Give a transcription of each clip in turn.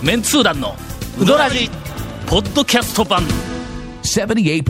メンツー団のウドラジポッドキャスト版 78.6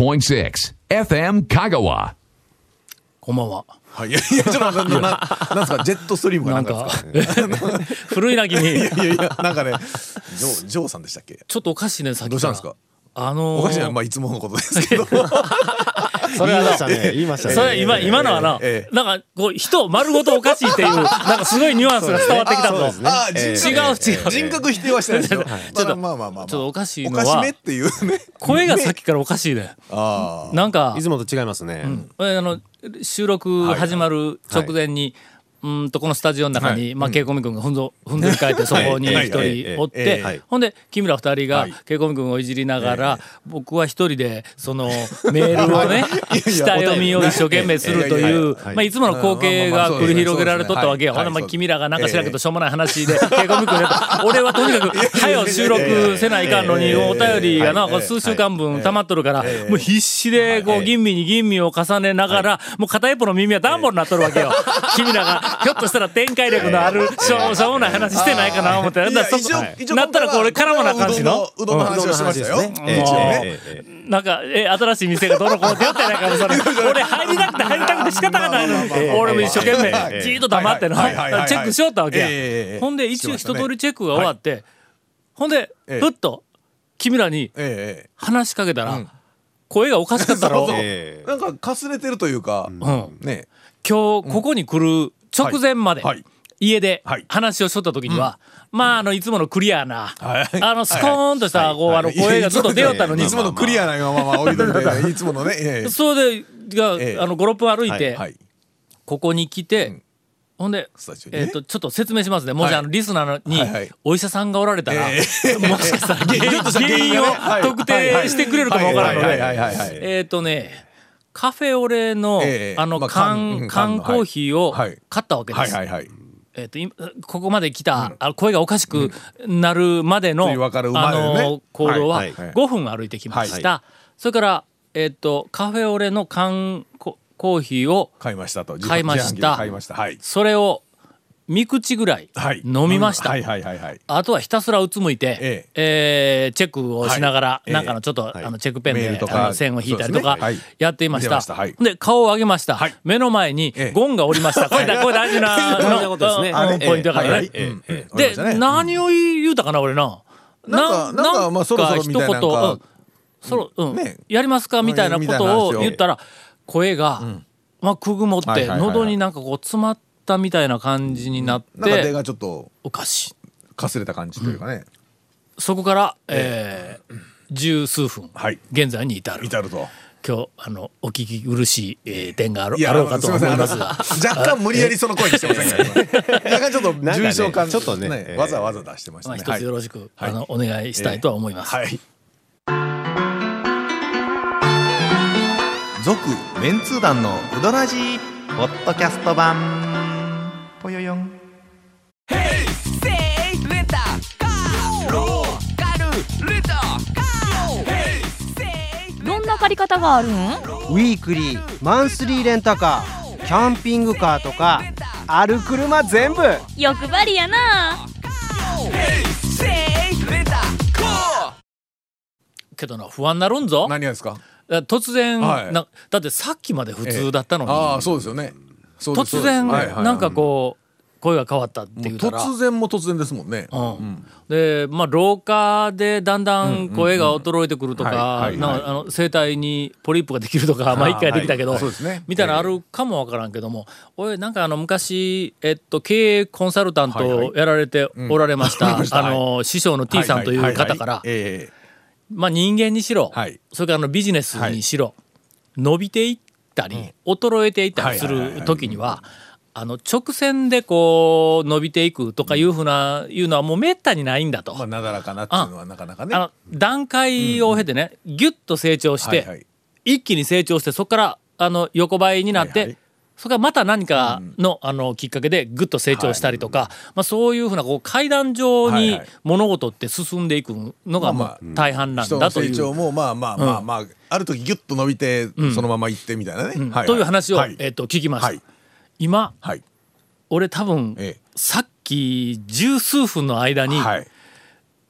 FM 香川。 こんばんは。 はい、いやちょっとなんですかジェットストリームかなんかですか古いな君。 いやなんかねジョーさんでしたっけ。 ちょっとおかしいねさっきから。 どうしたんですか。おかしいのはまあいつものことですけどそれは言いましたね。 それ今のはな、なんかこう人丸ごとおかしいっていうなんかすごいニュアンスが伝わってきたぞ。違う人格否定はしてないですよ。 ちょっとまあちょっとおかしいのおかしはめっていうね声がさっきからおかしいね。なんかいつもと違いますね。 収録始まる直前にこのスタジオの中にケイコミ君がふんぞり返ってそこに一人おってほんで君ら二人がケイコミ君をいじりながら僕は一人でそのメールをね下読みを一生懸命するといういつもの光景が繰り広げられとったわけよ。ほんで君らがなんか知らんけどしょうもない話でケイコミ君が俺はとにかく早う収録せないかんのにお便りがな数週間分溜まっとるからもう必死でこう吟味に吟味を重ねながらもう片一方の耳はダンボになっとるわけよ。君らがひょっとしたら展開力のあるしょうもない話してないかな思ってなったらこれからもな感じのうどんの話をしましたよ。 なんか新しい店がどの子ってやってないからそれ俺入りたくて仕方がないのに俺も一生懸命じーっと黙ってのチェックしよったわけや。ほんで一応一通りチェックが終わってほんでふっと君らに話しかけたら声がおかしかったろ。 なんかかすれてるというかね。 今日ここに来る直前まで家で話をしとった時にはいつものクリアなスコーンとした声がずっと出よったのにいつものクリアなまま置いといていつものねそれで5、6分歩いてここに来てほんでちょっと説明しますね。もしリスナーにお医者さんがおられたらもしかしたら原因を特定してくれるかもわからんのでカフェオレの缶コーヒーを買ったわけです。ここまで来た声がおかしくなるまでの行動は5分歩いてきました。それからカフェオレの缶コーヒーを買いました。それを3口ぐらい飲みました。あとはひたすらうつむいてチェックをしながらなんかのちょっとチェックペンで線を引いたりとかやっていました。で顔を上げました。目の前にゴンがおりました。これ大事なポイントだからね。で何を言うたかな俺な。なんか一言やりますかみたいなことを言ったら声がくぐもって喉になんかこう詰まってみたいな感じになってなんか手がちょっとおかしいかすれた感じというかね、 そこから十数分現在に至ると今日お聞き苦しい点があろうかと思いますが若干無理やりその声にしてませんけど若干ちょっと重症感ちょっとねわざわざ出してましたね。 一つよろしくお願いしたいとは思います。 続メンツー団のウドラジーポッドキャスト版ぽよよん。 どんな借り方があるん？ ウィークリーマンスリーレンタカーキャンピングカーとかある車全部欲張りやな。 けどな不安なるんぞ。 何がですか。 突然だってさっきまで普通だったのにそうですよね。 突然なんかこう声が変わったって言うたら突然ですもんね。 で廊下でだんだん声が衰えてくるとか声帯にポリープができるとか一回できたけどみたいなのあるかもわからんけども俺なんか昔経営コンサルタントをやられておられました師匠の T さんという方から人間にしろそれからビジネスにしろ伸びていったり衰えていったりする時には直線でこう伸びていくとかいうのはもうめったにないんだと。 なだらかなっていうのはなかなかね段階を経てねギュッと成長して一気に成長してそこから横ばいになってそれからまた何かのきっかけでグッと成長したりとかそういうふうな階段上に物事って進んでいくのが大半なんだという。 人の成長もある時ギュッと伸びてそのままいってみたいなねという話を聞きました。今俺多分さっき十数分の間に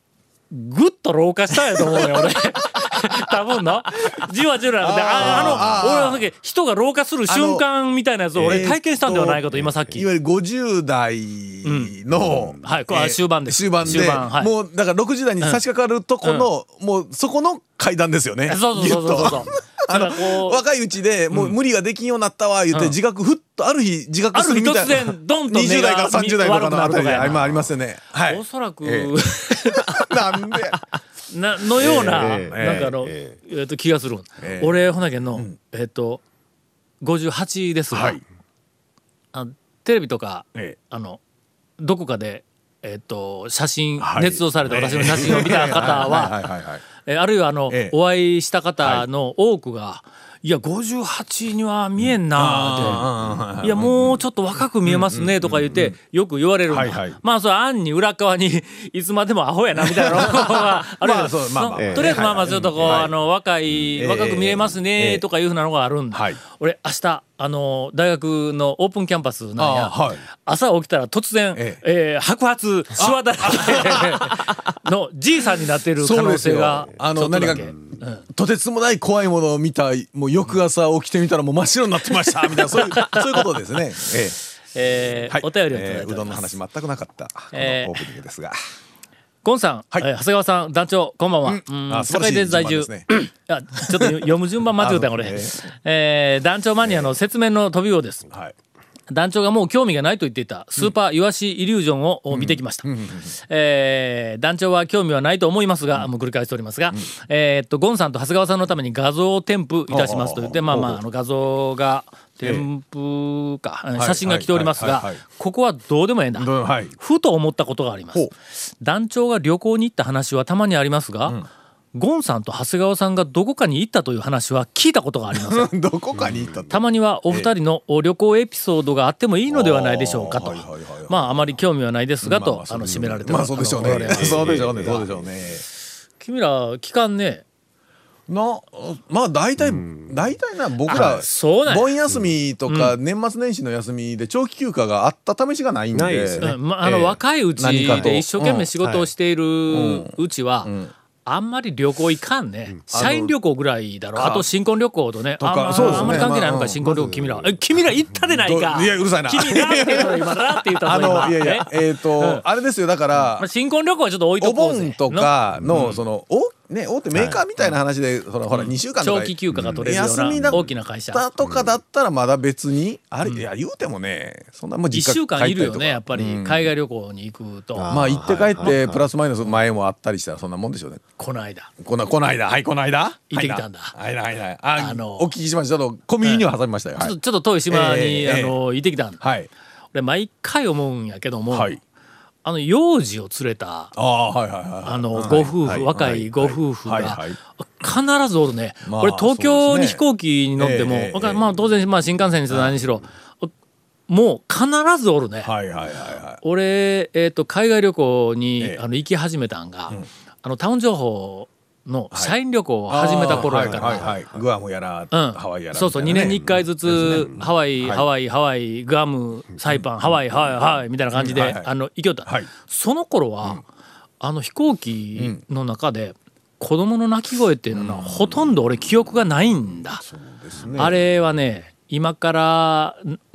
ぐっと老化したんやと思うよ俺多分のじわじわで俺はさっき人が老化する瞬間みたいなやつを俺体験したんではないかと今さっきいわゆる50代の、 はいこれ終盤です終盤ではい、 もうだから60代に差し掛かるとこの、もうそこの階段ですよね。 そう若いうちでもう無理ができんようになったわ言って自覚ふっとある日自覚するみたいな、 ある日突然ドンと 20代から30代とかのあたりで悪くなるとかありますよね。はい。 おそらく、 なんでのような、なんか気がする、俺ほなけんの、58ですが、テレビとか、どこかで、写真、捏造された私の写真を見た方はあるいはお会いした方の多くが、いや58には見えんなって、いやもうちょっと若く見えますねとか言ってよく言われるんだ。まあそれ案に裏側にいつまでもアホやなみたいなのがあるけど、とりあえずまあちょっとこう若く見えますねとかいうふうなのがあるんだ。俺明日大学のオープンキャンパスなんや、朝起きたら突然白髪しわだらけのじいさんになっている可能性がちょっとだけ。 とてつもない怖いものを見たもう翌朝起きてみたらもう真っ白になってましたみたいなそういうことですね。 お便りをいただいております。 うどんの話全くなかったオープニングですが、 ゴンさん、長谷川さん団長こんばんは。堺で在住。ちょっと読む順番間違うたん俺。団長マニアの説明の飛びようです。団長がもう興味がないと言っていたスーパーイワシイリュージョンを見てきました。団長は興味はないと思いますが、もう繰り返しておりますが、ゴンさんと長谷川さんのために画像を添付いたしますと言って、画像が添付か、写真が来ておりますが、ここはどうでもええんだ。ふと思ったことがあります。団長が旅行に行った話はたまにありますが、ゴンさんと長谷川さんがどこかに行ったという話は聞いたことがありません。 どこかに行ったたまにはお二人の旅行エピソードがあってもいいのではないでしょうかと。あまり興味はないですがと締められてます。 そうでしょうね。そうでしょうね。 君ら聞かんね。 まあ大体な僕ら盆休みとか年末年始の休みで長期休暇があった試しがないんで、 若いうちで一生懸命仕事をしているうちはあんまり旅行行かんね。社員旅行ぐらいだろ。あと新婚旅行とね。あんまり関係ないのか新婚旅行君ら。君ら行ったでないか。 いやうるさいな。 君らって言うと今らって言ったぞ今。 あれですよだから新婚旅行はちょっと置いとこうぜ。 お盆とかのその大手メーカーみたいな話でほら2週間とか長期休暇が取れるような大きな会社とかだったらまだ別にあれいや言うてもねそんなもう実家 1週間いるよねやっぱり海外旅行に行くと。 まあ行って帰ってプラスマイナス前もあったりしたらそんなもんでしょうね。 この間行ってきたんだ。 お聞きしました。ちょっと小耳には挟みましたよ。 ちょっと遠い島に行ってきたんだ。俺毎回思うんやけども幼児を連れたご夫婦若いご夫婦が必ずおるね。俺東京に飛行機に乗っても当然新幹線にしろ何にしろもう必ずおるね。俺海外旅行に行き始めたんがタウン情報の社員旅行を始めた頃やからグアムやらハワイやらそう 2年に1回ずつハワイグアムサイパンハワイみたいな感じで行きよった。その頃は飛行機の中で子供の泣き声っていうのはほとんど俺記憶がないんだ。あれはね今から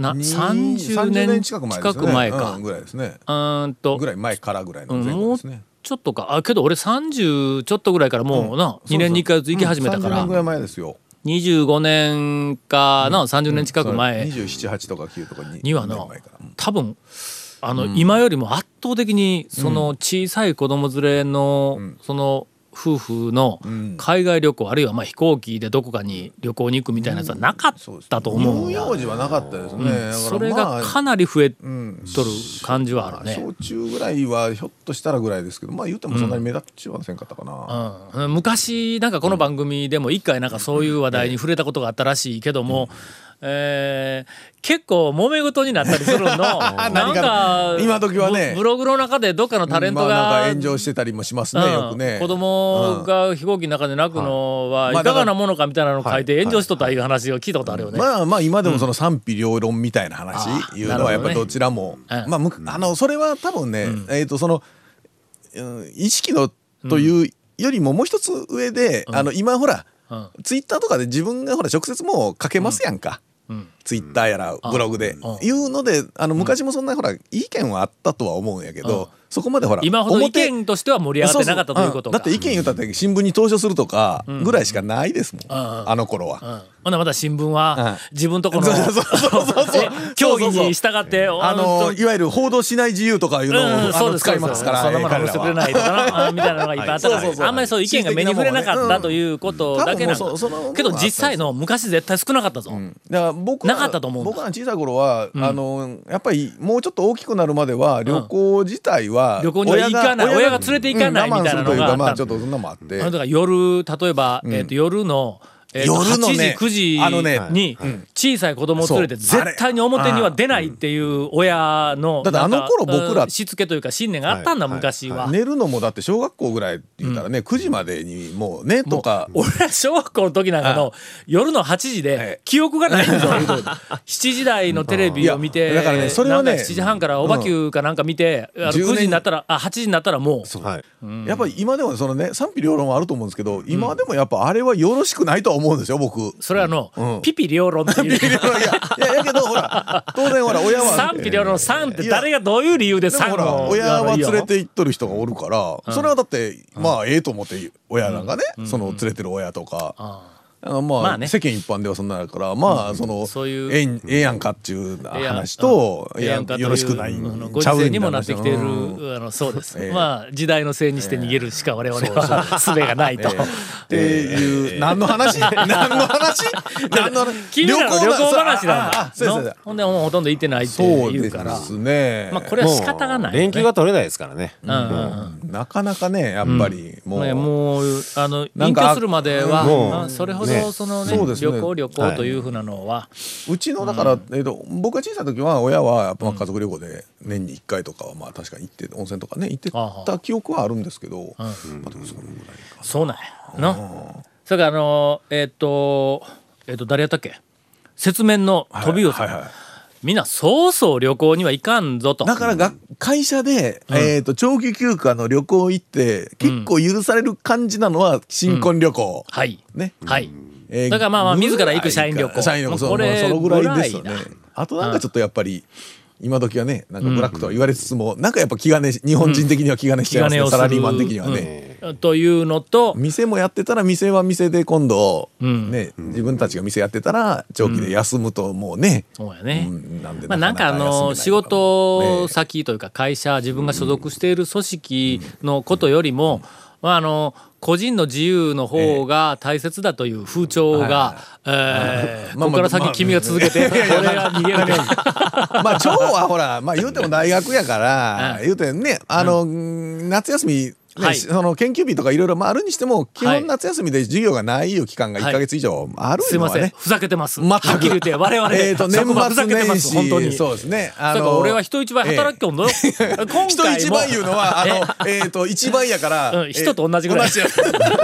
30年近く前かぐらいですね。ぐらい前からぐらいの前後ですね。 ちょっとかけど俺30ちょっとぐらいからもう2年に1回ずつ行き始めたから 30年ぐらい前ですよ。 25年かな30年近く前 27、8とか9とかにはの多分今よりも圧倒的にその小さい子供連れのその夫婦の海外旅行あるいは飛行機でどこかに旅行に行くみたいなやつはなかったと思う。 乳幼児はなかったですね。 それがかなり増えとる感じはあるね。 小中ぐらいはひょっとしたらぐらいですけど言うてもそんなに目立ちはせんかったかな。 昔なんかこの番組でも一回なんかそういう話題に触れたことがあったらしいけども結構揉め事になったりするのなんか今時はねブログの中でどっかのタレントが炎上してたりもしますね。よくね子供が飛行機の中で泣くのはいかがなものかみたいなのを書いて炎上しとったいう話を聞いたことあるよね。 今でもその賛否両論みたいな話いうのはやっぱりどちらもそれは多分ねその意識のというよりももう一つ上で、今ほら、ツイッターとかで自分がほら直接もう書けますやんか。ツイッターやらブログでいうので、昔もそんなほら意見はあったとは思うんやけど、そこまでほら今ほど意見としては盛り上がってなかったということか。 だって意見言うたって新聞に投書するとかぐらいしかないですもん、あの頃は。 ほなまた新聞は自分とこの競技に従っていわゆる報道しない自由とかいうのを使いますから、 そんなものしてくれないとかなみたいなのがいっぱいあったから、あんまりそういう意見が目に触れなかったということだけなんだけど、実際の昔絶対少なかったぞ。 だから僕なかったと思う。 僕ら小さい頃はやっぱりもうちょっと大きくなるまでは旅行自体は旅行には行かない、親が連れて行かないみたいなのがあった。 まあちょっとそんなもあって、 だから夜例えば夜の8時9時に小さい子供を連れて絶対に表には出ないっていう親のだってあの頃僕らしつけというか信念があったんだ、昔は。 寝るのもだって小学校ぐらいって言ったらね、9時までにもうねとか。 俺ら小学校の時なんかの夜の8時で記憶がないんですよ。7時台のテレビを見て、 だからねそれはね 7時半からおばきゅうかなんか見て、9時になったら8時になったらもうやっぱり今でもそのね賛否両論はあると思うんですけど、今でもやっぱあれはよろしくないとは思うんですよ僕。 それはピピ両論っていう。 いやけどほら当然ほら親は賛否両論3って誰がどういう理由で3を親は連れて行っとる人がおるから、それはだってまあええと思って親なんかね、その連れてる親とか。まあ世間一般ではそんなだから、まあそのええやんかっていう話とよろしくないご時世にもなってきているそうです。まあ時代のせいにして逃げるしか我々は術がないと。 っていう何の話？旅行話なんだ。ほんでもうほとんど行ってないって言うから。 そうですね。 まあこれは仕方がない。 連休が取れないですからね。 なかなかねやっぱりもう隠居するまではそれほどそのね旅行というふうなのは、 うちのだから僕が小さい時は親はやっぱ家族旅行で年に1回とかはまあ確かに行って温泉とかね行ってた記憶はあるんですけど、 そうなんやな。それから誰やったっけ、雪面の飛びをみんなそう旅行には行かんぞと。 だから会社で長期休暇の旅行行って結構許される感じなのは新婚旅行ね。 はい。だからまあ自ら行く社員旅行、 これそのぐらいですよね。あとなんかちょっとやっぱり今時はねなんかブラックとは言われつつもなんかやっぱ気兼ね日本人的には気兼ねしちゃいますね、サラリーマン的にはね。 というのと、 店もやってたら店は店で今度ね自分たちが店やってたら長期で休むともうね。 そうやね。まあなんか仕事先というか会社、自分が所属している組織のことよりも個人の自由の方が大切だという風潮がここから先君が続けて俺が逃げられない。 まあ長はほらまあ言うても大学やから言うてね夏休みその研究日とかいろいろあるにしても基本夏休みで授業がないいう期間が1ヶ月以上あるのはね。 すいませんふざけてます。はっきり言って我々 年末年始本当にそうですね。 だから俺は人一倍働きよんのよ。 人一倍いうのは一倍やから人と同じぐらい働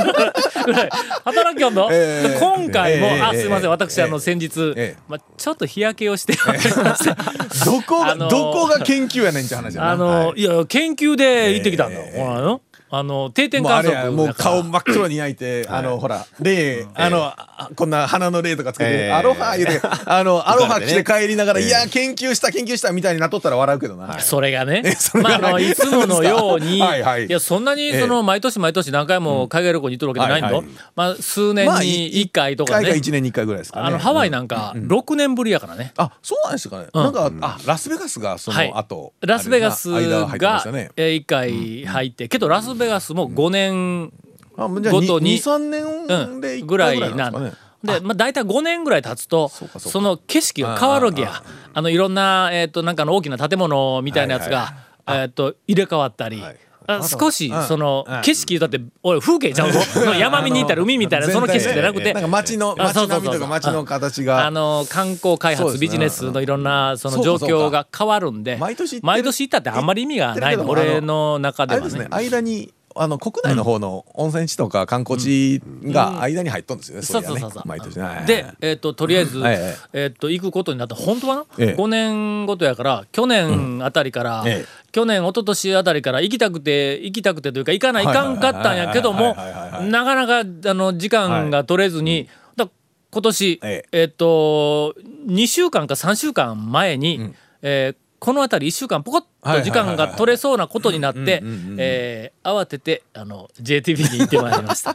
きよんの。今回もすいません私先日ちょっと日焼けをしてどこが研究やねんって話やな。 いや研究で行ってきたんだよ。定点観測もう顔真っ黒に焼いてほら霊こんな鼻の霊とかつけてアロハ言うてアロハ着て帰りながらいや研究したみたいになっとったら笑うけどな。 それがねいつものようにいやそんなに毎年何回も海外旅行に行っとるわけじゃないんだ。まあ数年に1回とかね。 1年に1回ぐらいですかね。 ハワイなんか6年ぶりやからね。 あそうなんですかね。なんかラスベガスがその後ラスベガスが1回入ってけどラスベガスも5年ごとに 2、3年でぐらいなんで、大体5年ぐらい経つとその景色が変わるわけや。いろんななんかの大きな建物みたいなやつが入れ替わったり。少しその景色だって俺風景ちゃうぞ山見に行ったら海みたいなその景色じゃなくてなんか街並みとか街の形が観光開発ビジネスのいろんなその状況が変わるんで毎年行ったってあんまり意味がないの俺の中ではね。 間に国内の方の温泉地とか観光地が間に入っとんですよね。そう毎年でとりあえず行くことになった本当は5年ごとやから去年あたりから去年一昨年あたりから行きたくてというか行かんかったんやけどもなかなか時間が取れずに、今年2週間か3週間前に、この辺り1週間ポコッと時間が取れそうなことになって慌ててJTB に行ってまいりました。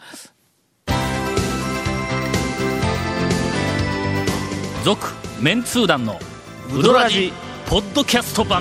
続メンツー団のウドラジポッドキャスト版。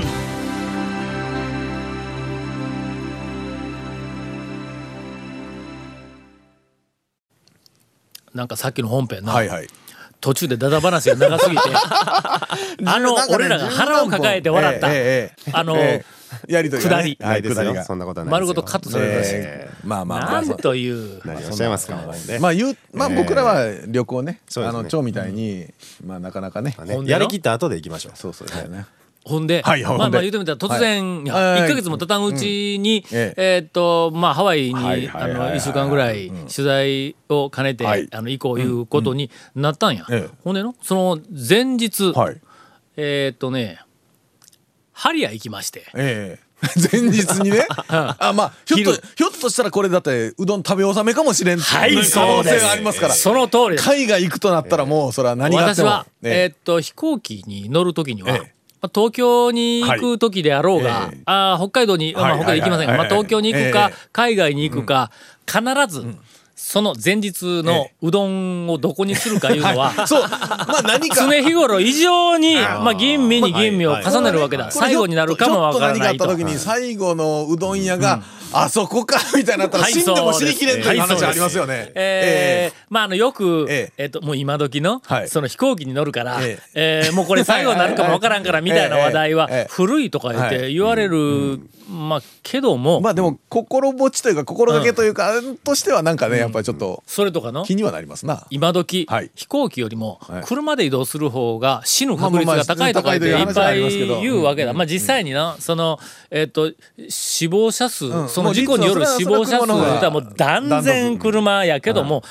なんかさっきの本編の、途中でダダ話が長すぎて俺らが腹を抱えて笑ったやりとりがねないですよ。そんなことはないですよ。 丸ごとカットされるらしい。なんという何をおっしゃいますか。 僕らは旅行ね蝶みたいになかなかねやりきった後で行きましょう。 そうだよね。 ほんで、言うてみたら突然、1ヶ月も経たんうちに、ハワイに1週間ぐらい取材を兼ねて行こういうことになったんや。ほんでのその前日、ハリア行きまして。 前日にねひょっとしたらこれだってうどん食べ納めかもしれんっていう可能性がありますから。 その通りです。 海外行くとなったらもうそれは何があっても。 私は、飛行機に乗るときには、東京に行く時であろうが、北海道に、北海道行きませんが、東京に行くか、海外に行くか、必ず、その前日のうどんをどこにするかいうのは、常日頃以上に、吟味に吟味を重ねるわけだ。最後になるかもわからないと。 ちょっと何かあった時に最後のうどん屋が、あそこかみたいになったら死んでも死にきれんっていう話ありますよね。 よくもう今時のその飛行機に乗るからもうこれ最後になるかもわからんからみたいな話題は古いとか言われるけどもでも心持ちというか心がけというかとしてはなんかねやっぱりちょっとそれとかの気にはなりますな。 今時飛行機よりも車で移動する方が死ぬ確率が高いとかっていっぱい言うわけだ。実際になその死亡者数その事故による死亡者数はもう断然車やけども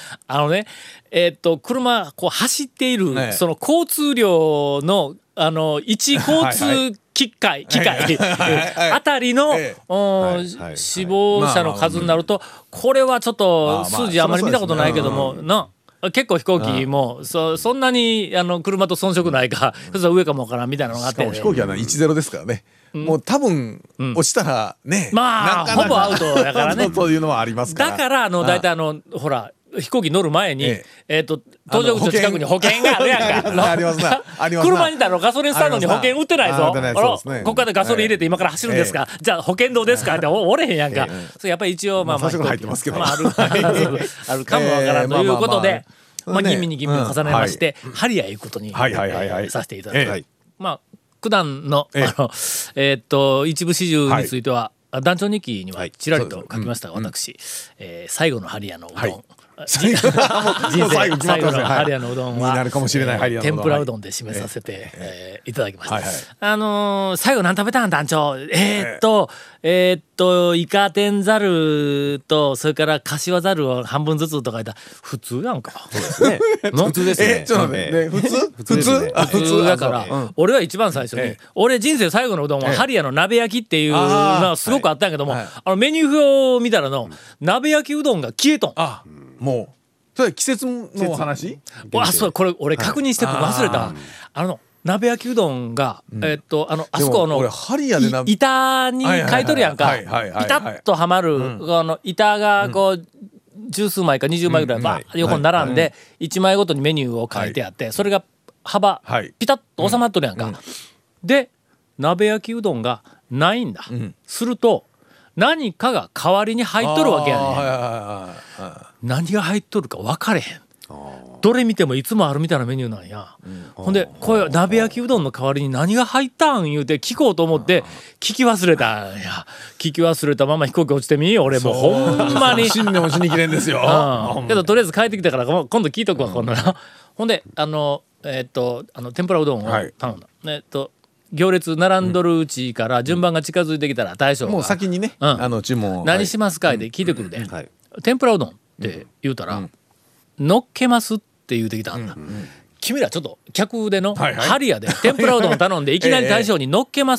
車こう走っているその交通量の一交通機械あたりの死亡者の数になるとこれはちょっと数字あまり見たことないけども結構飛行機もそんなに車と遜色ないかそれ上かもわからんみたいなのがあって、 飛行機は10ですからね。もう多分落ちたらねほぼアウトやからねというのはありますから。 だから大体ほら飛行機乗る前に搭乗口の近くに保険があるやんか。 ありますな。 車にいたらガソリンスタンドに保険売ってないぞ。ここからガソリン入れて今から走るんですか。じゃあ保険どうですかっておれへんやんか。それやっぱり一応最初から入ってますけどあるかもわからんということで吟味に吟味を重ねましてハリア行くことにさせていただき九段の一部始終については団長日記にはちらりと書きましたが私最後のハリアのうどん人生最後のハリアのうどんは天ぷらうどんで締めさせていただきました。最後何食べたん団長イカ天ざるとそれから柏ざるを半分ずつとか言ったら普通やんか。 普通ですね。 普通だから俺は一番最初に俺人生最後のうどんはハリアの鍋焼きっていうのはすごくあったんやけどもメニュー表を見たらの鍋焼きうどんが消えとん。 もうそれ季節の話？ そうこれ俺確認して忘れた。鍋焼きうどんがあそこの板に書いとるやんか。ピタッとはまる板がこう十数枚か20枚ぐらいバー横に並んで1枚ごとにメニューを書いてあってそれが幅ピタッと収まっとるやんか。で鍋焼きうどんがないんだ。すると何かが代わりに入っとるわけやね。何が入っとるか分かれへん。どれ見てもいつもあるみたいなメニューなんや。ほんでこれ鍋焼きうどんの代わりに何が入ったん言うて聞こうと思って聞き忘れたんや。聞き忘れたまま飛行機落ちてみ俺もうほんまに死んでも死にきれんですよ。 けどとりあえず帰ってきたから今度聞いとくわ今度な。ほんで天ぷらうどんを頼んだ。行列並んどるうちから順番が近づいてきたら大将がもう先にね注文何しますかって聞いてくるで天ぷらうどんって言うたら乗っけますって言うてきたんだ。君らちょっと客でのハリアで天ぷらうどん頼んでいきなり大将に乗っけますって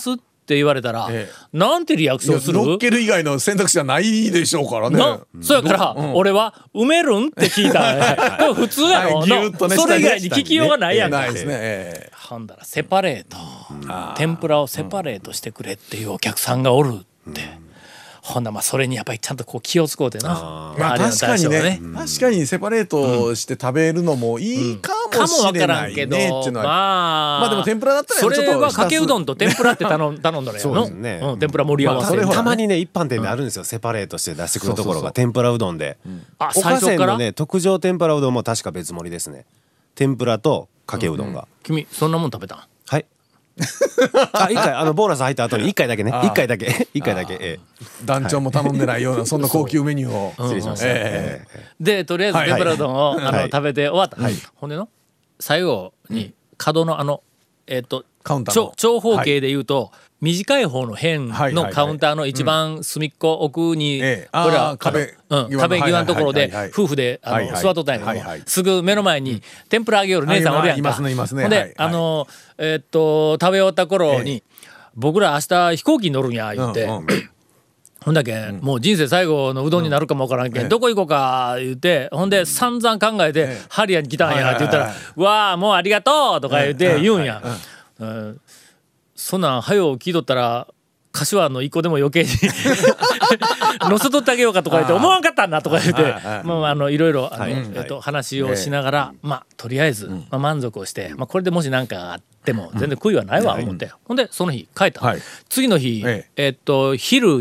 って言われたら、なんてリアクションする？ 乗っける以外の選択肢はないでしょうからね。 そうやから、俺は埋めるんって聞いた。普通やろ。それ以外に聞きようがないやんか。 ないですね。 ほんだらセパレート、天ぷらをセパレートしてくれっていうお客さんがおるって。ほんなそれにやっぱりちゃんとこう気を使うてな。 まあ確かにね、確かにセパレートして食べるのもいいかもしれないねっていうのは。まあでも天ぷらだったらちょっとそれはかけうどんと天ぷらって頼んだらやろ。 そうですね。 天ぷら盛り合わせ。 たまにね一般店であるんですよ。セパレートして出してくるところが天ぷらうどんで。 最初から岡線のね特上天ぷらうどんも確か別盛りですね。天ぷらとかけうどんが。 君そんなもん食べたん？ はい。一回ボーナス入った後に1回だけね1回だけ団長も頼んでないようなそんな高級メニューを失礼しました。 でとりあえず天ぷらうどんを食べて終わった。ほんでの最後に角の長方形でいうと短い方の辺のカウンターの一番隅っこ奥に俺ら壁際のところで夫婦で座っとったんやけどすぐ目の前に天ぷらあげよる姉さんおるやんか。ほんで食べ終わった頃に僕ら明日飛行機に乗るんや言ってほんだけもう人生最後のうどんになるかもわからんけんどこ行こうか言ってほんで散々考えてハリアに来たんやって言ったら「わあもうありがとう」とか言って言うんや。そんなんはよ聞いとったら柏の一個でも余計に乗せとってあげようかとか言って思わんかったんだとか言っていろいろ話をしながらとりあえず満足をしてこれでもし何かあっても全然悔いはないわ思ってほんでその日帰った。次の日昼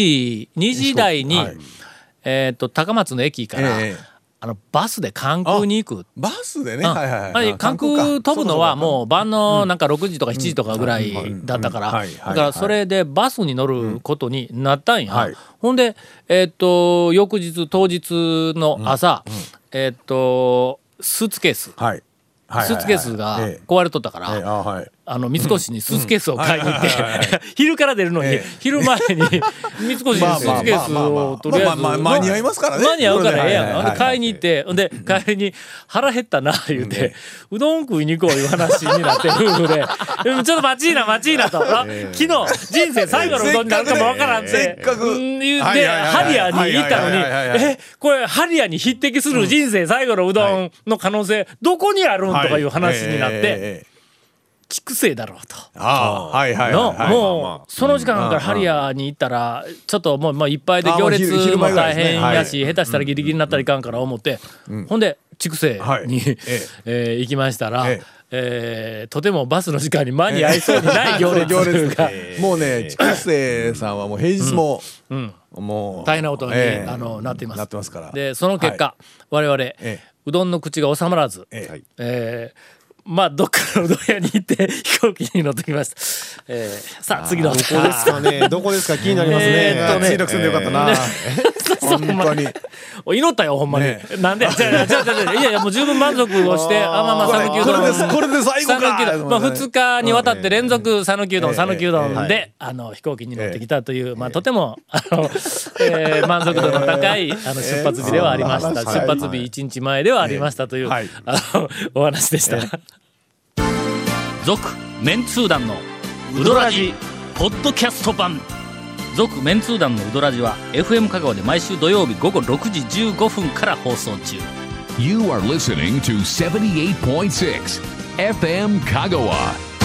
2時台に高松の駅からバスで関空に行く。 バスでね。 関空飛ぶのはもう晩のなんか6時とか7時とかぐらいだったからだからそれでバスに乗ることになったんや。ほんで翌日当日の朝スーツケースが壊れとったから三越にスーツケースを買いに行って昼から出るのに昼前に三越にスーツケースをとりあえず間に合いますからね。 間に合うからええやんか。買いに行ってほんで帰りに腹減ったな言うてうどん食いに行こういう話になって夫婦でちょっと待ちいなと昨日人生最後のうどんになるかもわからんって言ってハリアに行ったのにこれハリアに匹敵する人生最後のうどんの可能性どこにあるんとかいう話になって畜生だろうと。もうその時間からハリアに行ったらちょっともういっぱいで行列も大変やし下手したらギリギリになったらいかんから思ってほんで畜生に行きましたらとてもバスの時間に間に合いそうにない行列がもうね畜生さんはもう平日ももう大変なことになっています。 なってますから。でその結果我々うどんの口が収まらずどっかのうどん屋に行って飛行機に乗ってきました。さあ次のどこですかね。どこですか気になりますね。 追力すんでよかったな。本当に祈ったよほんまに。なんでいやもう十分満足をして讃岐うどんこれで最後か。 2日にわたって連続讃岐うどんで飛行機に乗ってきたというとても満足度の高い出発日ではありました。出発日1日前ではありましたというお話でした。続メンツー団のウドラジポッドキャスト版。続メンツー団のウドラジは FM 香川で毎週土曜日午後6時15分から放送中。 You are listening to 78.6 FM 香川。